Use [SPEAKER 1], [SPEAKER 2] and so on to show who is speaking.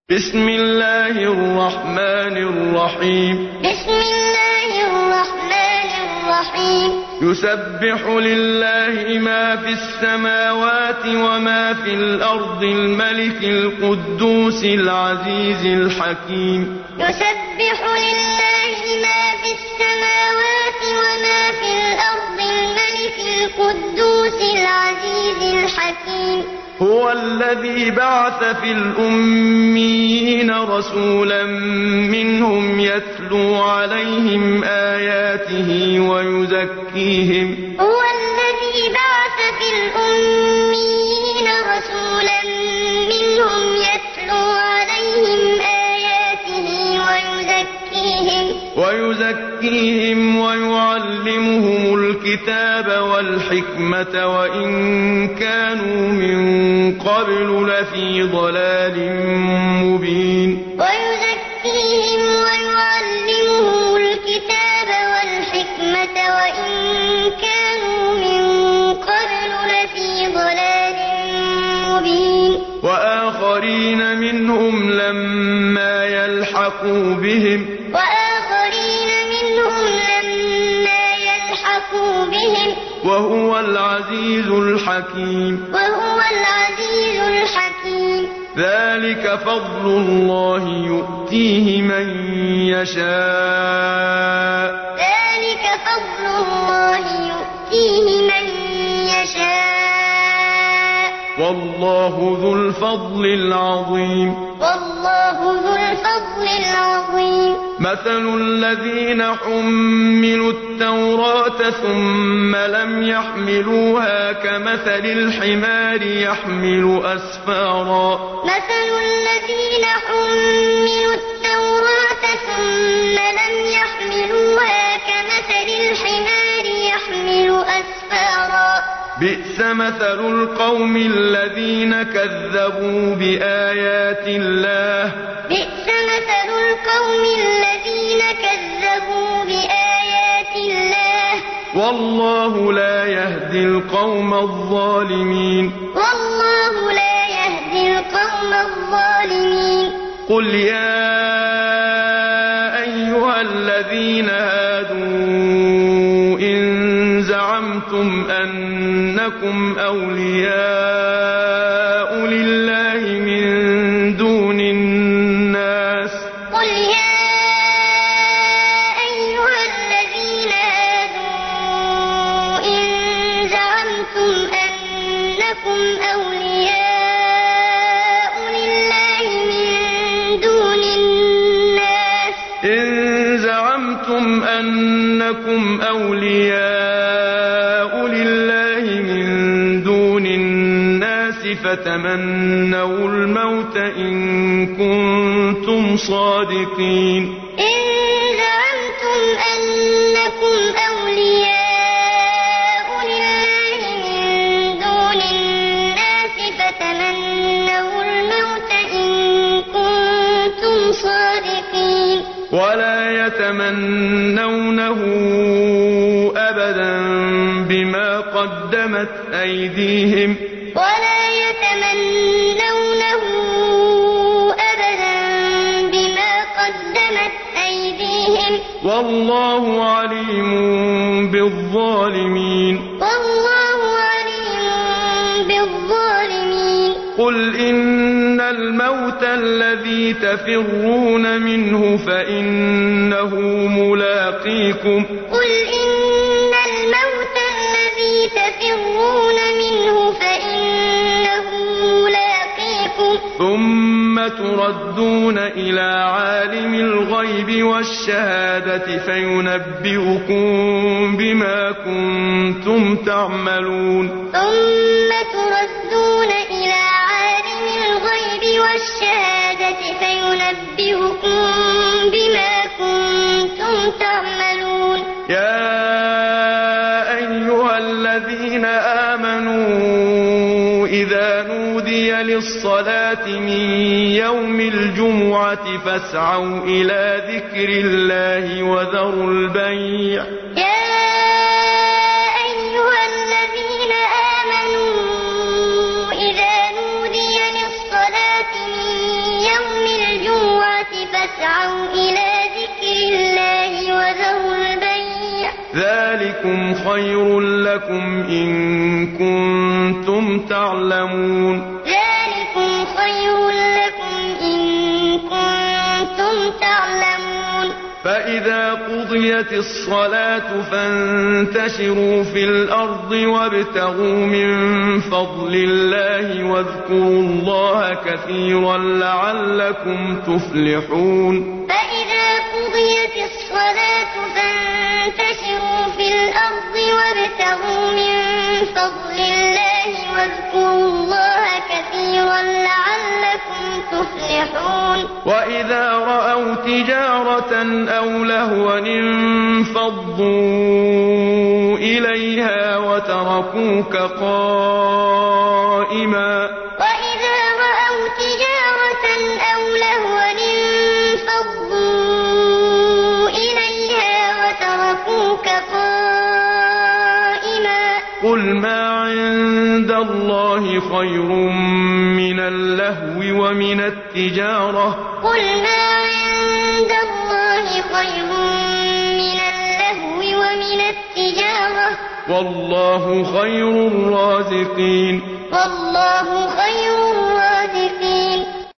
[SPEAKER 1] بسم الله الرحمن الرحيم
[SPEAKER 2] بسم الله الرحمن الرحيم
[SPEAKER 1] يسبح لله ما في السماوات وما في الأرض الملك القدوس العزيز الحكيم
[SPEAKER 2] يسبح لله ما في السماوات وما في الأرض الملك القدوس العزيز الحكيم
[SPEAKER 1] هو الذي بعث في الأميين رسولا منهم يتلو عليهم آياته ويزكيهم
[SPEAKER 2] هو الذي بعث في الأميين رسولا منهم يتلو عليهم آياته
[SPEAKER 1] ويزكيهم ويعلمهم الكتاب والحكمة وإن كانوا من قبل لفي ضلال مبين
[SPEAKER 2] ويزكيهم ويعلمهم الكتاب والحكمة وإن كانوا من قبل لفي ضلال مبين
[SPEAKER 1] وآخرين منهم لما يلحقوا بهم وهو العزيز الحكيم ذلك فضل الله يؤتيه من يشاء والله ذو الفضل العظيم مثل الذين حملوا التوراة ثم لم يحملوها كمثل الحمار يحمل أسفارا بئس مثل القوم الذين كذبوا بآيات الله والله لا يهدي القوم الظالمين قل يا أيها الذين هادوا إن زعمتم أنكم أولياء لله من دون الناس فتمنوا الموت إن كنتم صادقين ولا يتمنونه أبدا بما قدمت أيديهم والله عليم بالظالمين قل إن الموت الذي تفرون منه فإنه ملاقيكم ثم تردون إلى عالم الغيب والشهادة فينبئكم بما كنتم تعملون يا أيها الذين آمنوا إذا نودي للصلاة من يوم الجمعة فاسعوا إلى ذكر الله وذروا البيع
[SPEAKER 2] إذا نودي للصلاة من يوم فاسعوا إلى ذكر الله وذروا البيع
[SPEAKER 1] ذلكم خير لكم إن كنتم تعلمون
[SPEAKER 2] ذلكم خير لكم إن كنتم تعلمون
[SPEAKER 1] فإذا قضيت الصلاة فانتشروا في الأرض وابتغوا من فضل الله واذكروا الله كثيرا لعلكم تفلحون
[SPEAKER 2] فإذا قضيت الصلاة فانتشروا في الأرض وابتغوا من فضل الله واذكروا الله كثيرا لعلكم تفلحون
[SPEAKER 1] وإذا رأوا تجارة أو لهوا انفضوا إليها وتركوك قائما
[SPEAKER 2] وإذا رأوا تجارة أو لهوا انفضوا إليها وتركوك قائما
[SPEAKER 1] قل ما عند الله خير من اللهو ومن التجارة
[SPEAKER 2] قل ما عند الله خير من اللهو ومن التجارة
[SPEAKER 1] والله خير الرازقين
[SPEAKER 2] والله خير